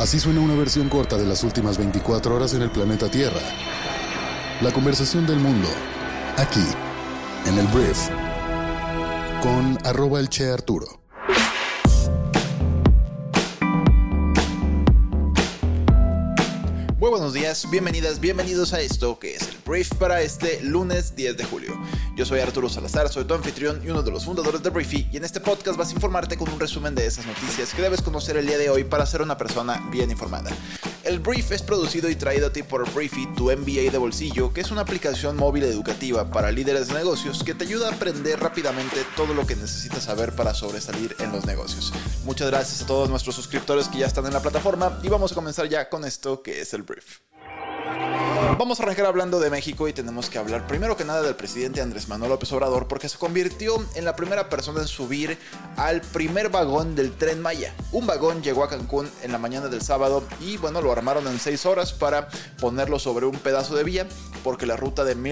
Así suena una versión corta de las últimas 24 horas en el planeta Tierra. La conversación del mundo, aquí, en el Brief, con @elCheArturo. Muy buenos días, bienvenidas, bienvenidos a esto que es el Brief para este lunes 10 de julio. Yo soy Arturo Salazar, soy tu anfitrión y uno de los fundadores de Briefy, y en este podcast vas a informarte con un resumen de esas noticias que debes conocer el día de hoy para ser una persona bien informada. El Brief es producido y traído a ti por Briefy, tu MBA de bolsillo, que es una aplicación móvil educativa para líderes de negocios que te ayuda a aprender rápidamente todo lo que necesitas saber para sobresalir en los negocios. Muchas gracias a todos nuestros suscriptores que ya están en la plataforma y vamos a comenzar ya con esto que es el Brief. Vamos a arrancar hablando de México y tenemos que hablar primero que nada del presidente Andrés Manuel López Obrador, porque se convirtió en la primera persona en subir al primer vagón del Tren Maya. Un vagón llegó a Cancún en la mañana del sábado y bueno, lo armaron en 6 horas para ponerlo sobre un pedazo de vía, porque la ruta de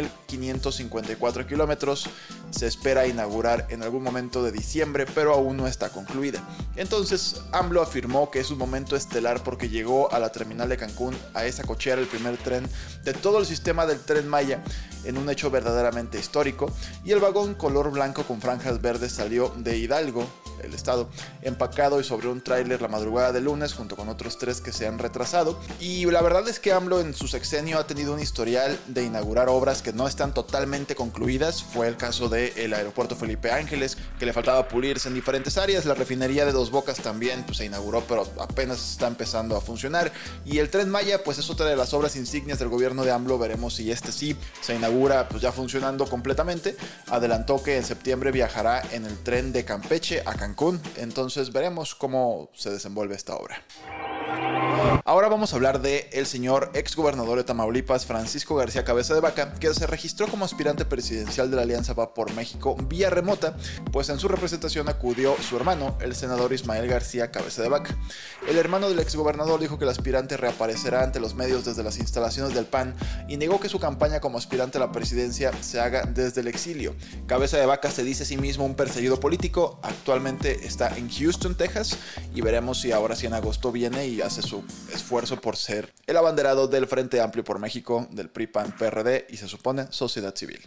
1554 kilómetros se espera inaugurar en algún momento de diciembre, pero aún no está concluida. Entonces AMLO afirmó que es un momento estelar porque llegó a la terminal de Cancún a esa cochera el primer tren de todo el sistema del Tren Maya, en un hecho verdaderamente histórico, y el vagón color blanco con franjas verdes salió de Hidalgo, el estado, empacado y sobre un tráiler la madrugada del lunes junto con otros 3 que se han retrasado. Y la verdad es que AMLO en su sexenio ha tenido un historial de inaugurar obras que no están totalmente concluidas. Fue el caso del aeropuerto Felipe Ángeles, que le faltaba pulirse en diferentes áreas. La refinería de Dos Bocas también se inauguró, pero apenas está empezando a funcionar. Y el Tren Maya pues es otra de las obras insignias del gobierno de AMLO. Veremos si sí se inaugura ya funcionando completamente. Adelantó que en septiembre viajará en el tren de Campeche a Cancún, entonces veremos cómo se desenvuelve esta obra. Ahora vamos a hablar de el señor exgobernador de Tamaulipas, Francisco García Cabeza de Vaca, que se registró como aspirante presidencial de la Alianza Va por México vía remota, pues en su representación acudió su hermano, el senador Ismael García Cabeza de Vaca. El hermano del exgobernador dijo que el aspirante reaparecerá ante los medios desde las instalaciones del PAN y negó que su campaña como aspirante a la presidencia se haga desde el exilio. Cabeza de Vaca se dice a sí mismo un perseguido político, actualmente está en Houston, Texas, y veremos si ahora sí en agosto viene y hace su esfuerzo por ser el abanderado del Frente Amplio por México, del PRI-PAN-PRD y se supone sociedad civil.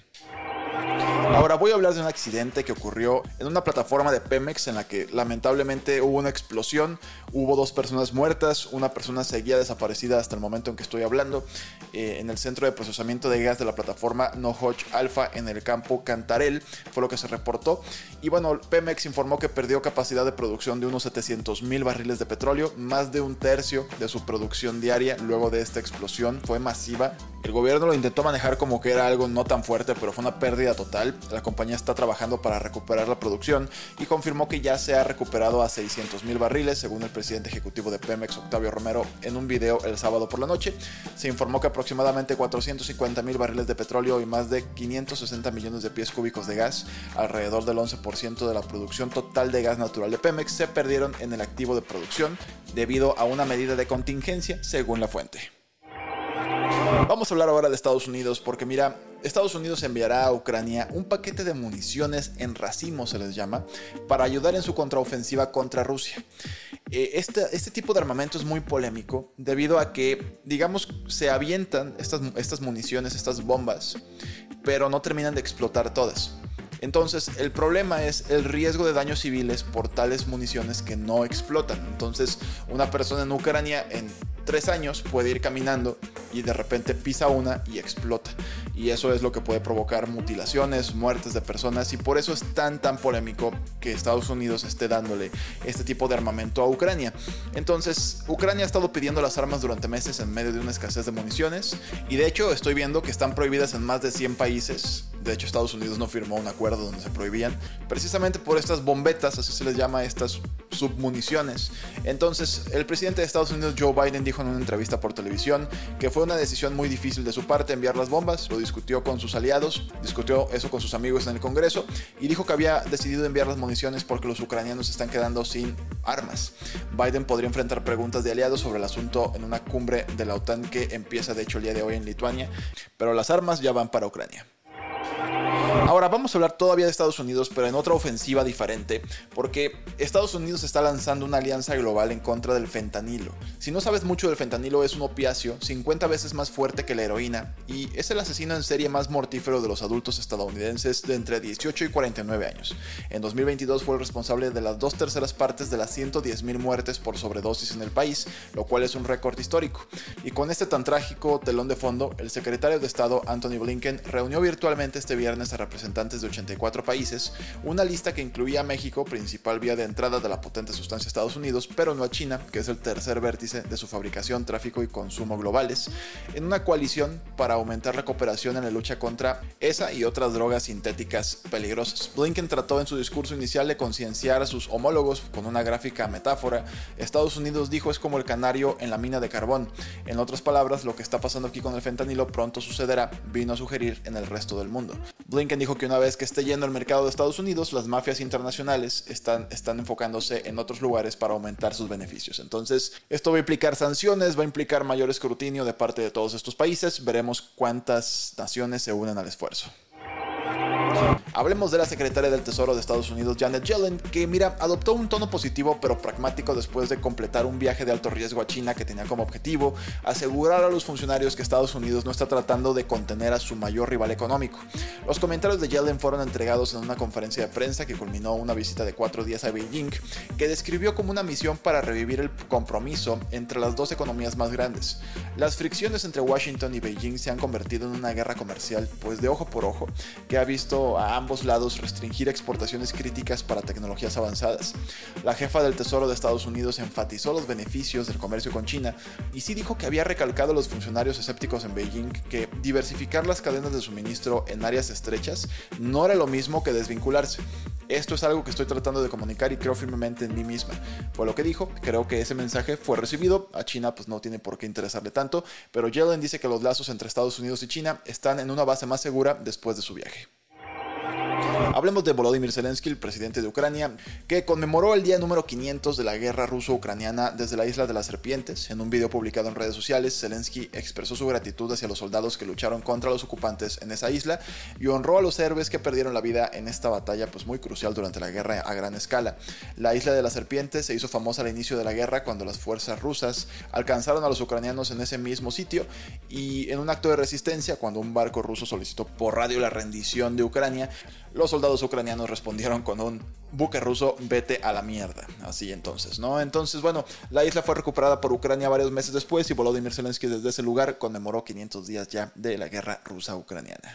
Ahora voy a hablar de un accidente que ocurrió en una plataforma de Pemex en la que lamentablemente hubo una explosión, hubo 2 personas muertas, una persona seguía desaparecida hasta el momento en que estoy hablando, en el centro de procesamiento de gas de la plataforma Nohoch Alpha en el campo Cantarell, fue lo que se reportó. Y bueno, Pemex informó que perdió capacidad de producción de unos 700,000 barriles de petróleo, más de un tercio de su producción diaria luego de esta explosión, fue masiva. El gobierno lo intentó manejar como que era algo no tan fuerte, pero fue una pérdida total. La compañía está trabajando para recuperar la producción y confirmó que ya se ha recuperado a 600,000 barriles, según el presidente ejecutivo de Pemex, Octavio Romero, en un video el sábado por la noche. Se informó que aproximadamente 450,000 barriles de petróleo y más de 560 millones de pies cúbicos de gas, alrededor del 11% de la producción total de gas natural de Pemex, se perdieron en el activo de producción debido a una medida de contingencia, según la fuente. Vamos a hablar ahora de Estados Unidos, porque mira, Estados Unidos enviará a Ucrania un paquete de municiones en racimo, se les llama, para ayudar en su contraofensiva contra Rusia. Este tipo de armamento es muy polémico debido a que, digamos, se avientan estas municiones, estas bombas, pero no terminan de explotar todas. Entonces, el problema es el riesgo de daños civiles por tales municiones que no explotan. Entonces, una persona en Ucrania en 3 años puede ir caminando y de repente pisa una y explota. Y eso es lo que puede provocar mutilaciones, muertes de personas, y por eso es tan polémico que Estados Unidos esté dándole este tipo de armamento a Ucrania. Entonces, Ucrania ha estado pidiendo las armas durante meses en medio de una escasez de municiones, y de hecho estoy viendo que están prohibidas en más de 100 países. De hecho, Estados Unidos no firmó un acuerdo donde se prohibían, precisamente por estas bombetas, así se les llama a estas submuniciones. Entonces, el presidente de Estados Unidos, Joe Biden, dijo en una entrevista por televisión que fue una decisión muy difícil de su parte enviar las bombas. Lo discutió con sus aliados, discutió eso con sus amigos en el Congreso y dijo que había decidido enviar las municiones porque los ucranianos se están quedando sin armas. Biden podría enfrentar preguntas de aliados sobre el asunto en una cumbre de la OTAN que empieza de hecho el día de hoy en Lituania, pero las armas ya van para Ucrania. Ahora vamos a hablar todavía de Estados Unidos, pero en otra ofensiva diferente, porque Estados Unidos está lanzando una alianza global en contra del fentanilo. Si no sabes mucho del fentanilo, es un opiáceo 50 veces más fuerte que la heroína y es el asesino en serie más mortífero de los adultos estadounidenses de entre 18 y 49 años. En 2022 fue el responsable de las 2/3 partes de las 110,000 muertes por sobredosis en el país, lo cual es un récord histórico. Y con este tan trágico telón de fondo, el secretario de Estado Antony Blinken reunió virtualmente este viernes a representantes de 84 países, una lista que incluía a México, principal vía de entrada de la potente sustancia Estados Unidos, pero no a China, que es el tercer vértice de su fabricación, tráfico y consumo globales, en una coalición para aumentar la cooperación en la lucha contra esa y otras drogas sintéticas peligrosas. Blinken trató en su discurso inicial de concienciar a sus homólogos con una gráfica metáfora. Estados Unidos, dijo, es como el canario en la mina de carbón. En otras palabras, lo que está pasando aquí con el fentanilo pronto sucederá, vino a sugerir, en el resto del mundo. Blinken dijo que una vez que esté yendo al mercado de Estados Unidos, las mafias internacionales están enfocándose en otros lugares para aumentar sus beneficios. Entonces, esto va a implicar sanciones, va a implicar mayor escrutinio de parte de todos estos países. Veremos cuántas naciones se unen al esfuerzo. Hablemos de la secretaria del Tesoro de Estados Unidos, Janet Yellen, que adoptó un tono positivo pero pragmático después de completar un viaje de alto riesgo a China que tenía como objetivo asegurar a los funcionarios que Estados Unidos no está tratando de contener a su mayor rival económico. Los comentarios de Yellen fueron entregados en una conferencia de prensa que culminó una visita de 4 días a Beijing, que describió como una misión para revivir el compromiso entre las dos economías más grandes. Las fricciones entre Washington y Beijing se han convertido en una guerra comercial, pues de ojo por ojo, que ha visto a ambos lados restringir exportaciones críticas para tecnologías avanzadas. La jefa del Tesoro de Estados Unidos enfatizó los beneficios del comercio con China y sí dijo que había recalcado a los funcionarios escépticos en Beijing que diversificar las cadenas de suministro en áreas estrechas no era lo mismo que desvincularse. Esto es algo que estoy tratando de comunicar y creo firmemente en mí misma. Fue lo que dijo. Creo que ese mensaje fue recibido. A China pues no tiene por qué interesarle tanto, pero Yellen dice que los lazos entre Estados Unidos y China están en una base más segura después de su viaje. Hablemos de Volodymyr Zelensky, el presidente de Ucrania, que conmemoró el día número 500 de la guerra ruso-ucraniana desde la isla de las serpientes. En un video publicado en redes sociales, Zelensky expresó su gratitud hacia los soldados que lucharon contra los ocupantes en esa isla y honró a los héroes que perdieron la vida en esta batalla pues muy crucial durante la guerra a gran escala. La isla de las serpientes se hizo famosa al inicio de la guerra cuando las fuerzas rusas alcanzaron a los ucranianos en ese mismo sitio y en un acto de resistencia, cuando un barco ruso solicitó por radio la rendición de Ucrania, los soldados ucranianos respondieron con un buque ruso, vete a la mierda. Así entonces, ¿no? Entonces, bueno, la isla fue recuperada por Ucrania varios meses después y Volodymyr Zelensky desde ese lugar conmemoró 500 días ya de la guerra rusa-ucraniana.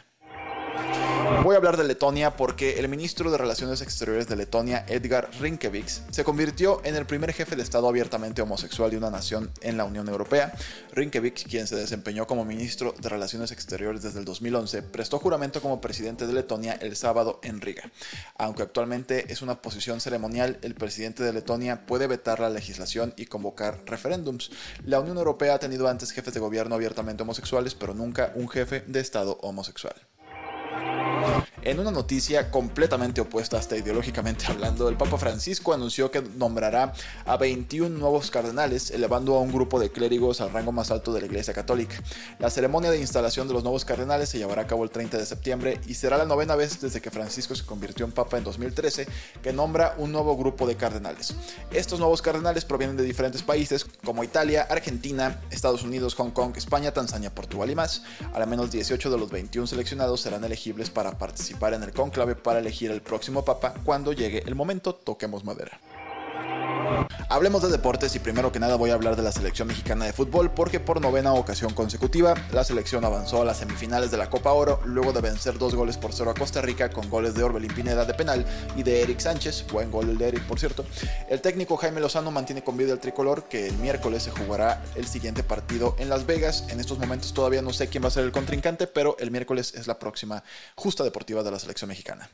Voy a hablar de Letonia porque el ministro de Relaciones Exteriores de Letonia, Edgar Rinkēviks, se convirtió en el primer jefe de Estado abiertamente homosexual de una nación en la Unión Europea. Rinkēviks, quien se desempeñó como ministro de Relaciones Exteriores desde el 2011, prestó juramento como presidente de Letonia el sábado en Riga. Aunque actualmente es una posición ceremonial, el presidente de Letonia puede vetar la legislación y convocar referéndums. La Unión Europea ha tenido antes jefes de gobierno abiertamente homosexuales, pero nunca un jefe de Estado homosexual. En una noticia completamente opuesta hasta ideológicamente hablando, el Papa Francisco anunció que nombrará a 21 nuevos cardenales, elevando a un grupo de clérigos al rango más alto de la Iglesia Católica. La ceremonia de instalación de los nuevos cardenales se llevará a cabo el 30 de septiembre y será la 9ª vez desde que Francisco se convirtió en Papa en 2013 que nombra un nuevo grupo de cardenales. Estos nuevos cardenales provienen de diferentes países como Italia, Argentina, Estados Unidos, Hong Kong, España, Tanzania, Portugal y más. Al menos 18 de los 21 seleccionados serán elegibles para participar en el cónclave para elegir el próximo papa cuando llegue el momento. Toquemos madera. Hablemos de deportes y primero que nada voy a hablar de la selección mexicana de fútbol porque por 9ª ocasión consecutiva la selección avanzó a las semifinales de la Copa Oro luego de vencer 2-0 a Costa Rica con goles de Orbelín Pineda de penal y de Eric Sánchez, buen gol el de Eric por cierto. El técnico Jaime Lozano mantiene con vida el tricolor, que el miércoles se jugará el siguiente partido en Las Vegas. En estos momentos todavía no sé quién va a ser el contrincante, pero el miércoles es la próxima justa deportiva de la selección mexicana.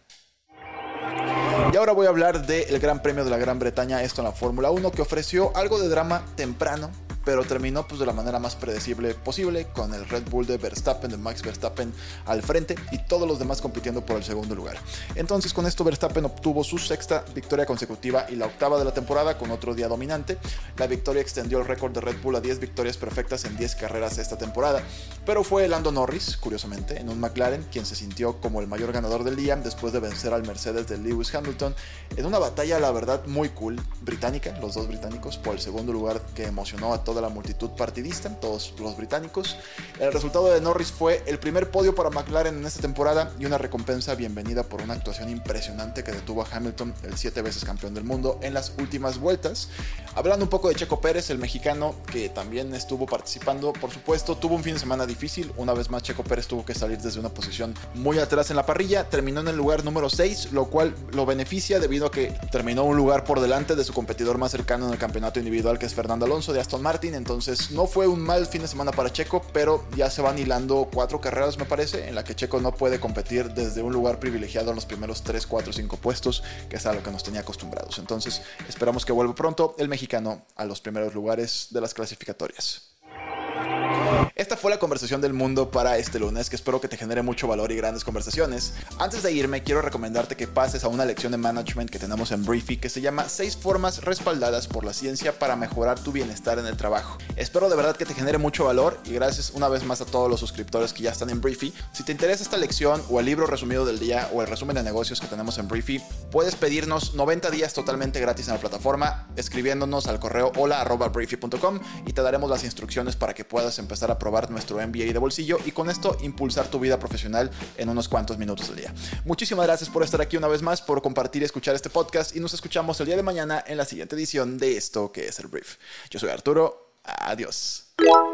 Y ahora voy a hablar del Gran Premio de la Gran Bretaña, esto en la Fórmula 1, que ofreció algo de drama temprano, pero terminó pues de la manera más predecible posible, con el Red Bull de Verstappen, de Max Verstappen al frente y todos los demás compitiendo por el segundo lugar. Entonces con esto Verstappen obtuvo su sexta victoria consecutiva y la octava de la temporada, con otro día dominante. La victoria extendió el récord de Red Bull a 10 victorias perfectas en 10 carreras esta temporada, pero fue Lando Norris, curiosamente, en un McLaren, quien se sintió como el mayor ganador del día después de vencer al Mercedes de Lewis Hamilton en una batalla, la verdad, muy cool, británica, los dos británicos, por el segundo lugar, que emocionó a toda la multitud partidista, todos los británicos. El resultado de Norris fue el primer podio para McLaren en esta temporada y una recompensa bienvenida por una actuación impresionante que detuvo a Hamilton, el 7 veces campeón del mundo, en las últimas vueltas. Hablando un poco de Checo Pérez, el mexicano, que también estuvo participando, por supuesto, tuvo un fin de semana difícil. Una vez más Checo Pérez tuvo que salir desde una posición muy atrás en la parrilla, terminó en el lugar número 6, lo cual lo beneficia debido a que terminó un lugar por delante de su competidor más cercano en el campeonato individual, que es Fernando Alonso de Aston Martin. Entonces no fue un mal fin de semana para Checo, pero ya se van hilando 4 carreras, me parece, en la que Checo no puede competir desde un lugar privilegiado en los primeros 3, 4, 5 puestos, que es a lo que nos tenía acostumbrados. Entonces esperamos que vuelva pronto el mexicano a los primeros lugares de las clasificatorias. Esta fue la conversación del mundo para este lunes, que espero que te genere mucho valor y grandes conversaciones. Antes de irme, quiero recomendarte que pases a una lección de management que tenemos en Briefy, que se llama 6 formas respaldadas por la ciencia para mejorar tu bienestar en el trabajo. Espero de verdad que te genere mucho valor y gracias una vez más a todos los suscriptores que ya están en Briefy. Si te interesa esta lección o el libro resumido del día o el resumen de negocios que tenemos en Briefy, puedes pedirnos 90 días totalmente gratis en la plataforma, escribiéndonos al correo hola@briefy.com, y te daremos las instrucciones para que puedas empezar a probar nuestro MBA de bolsillo y con esto impulsar tu vida profesional en unos cuantos minutos al día. Muchísimas gracias por estar aquí una vez más, por compartir y escuchar este podcast, y nos escuchamos el día de mañana en la siguiente edición de esto que es el Brief. Yo soy Arturo, adiós.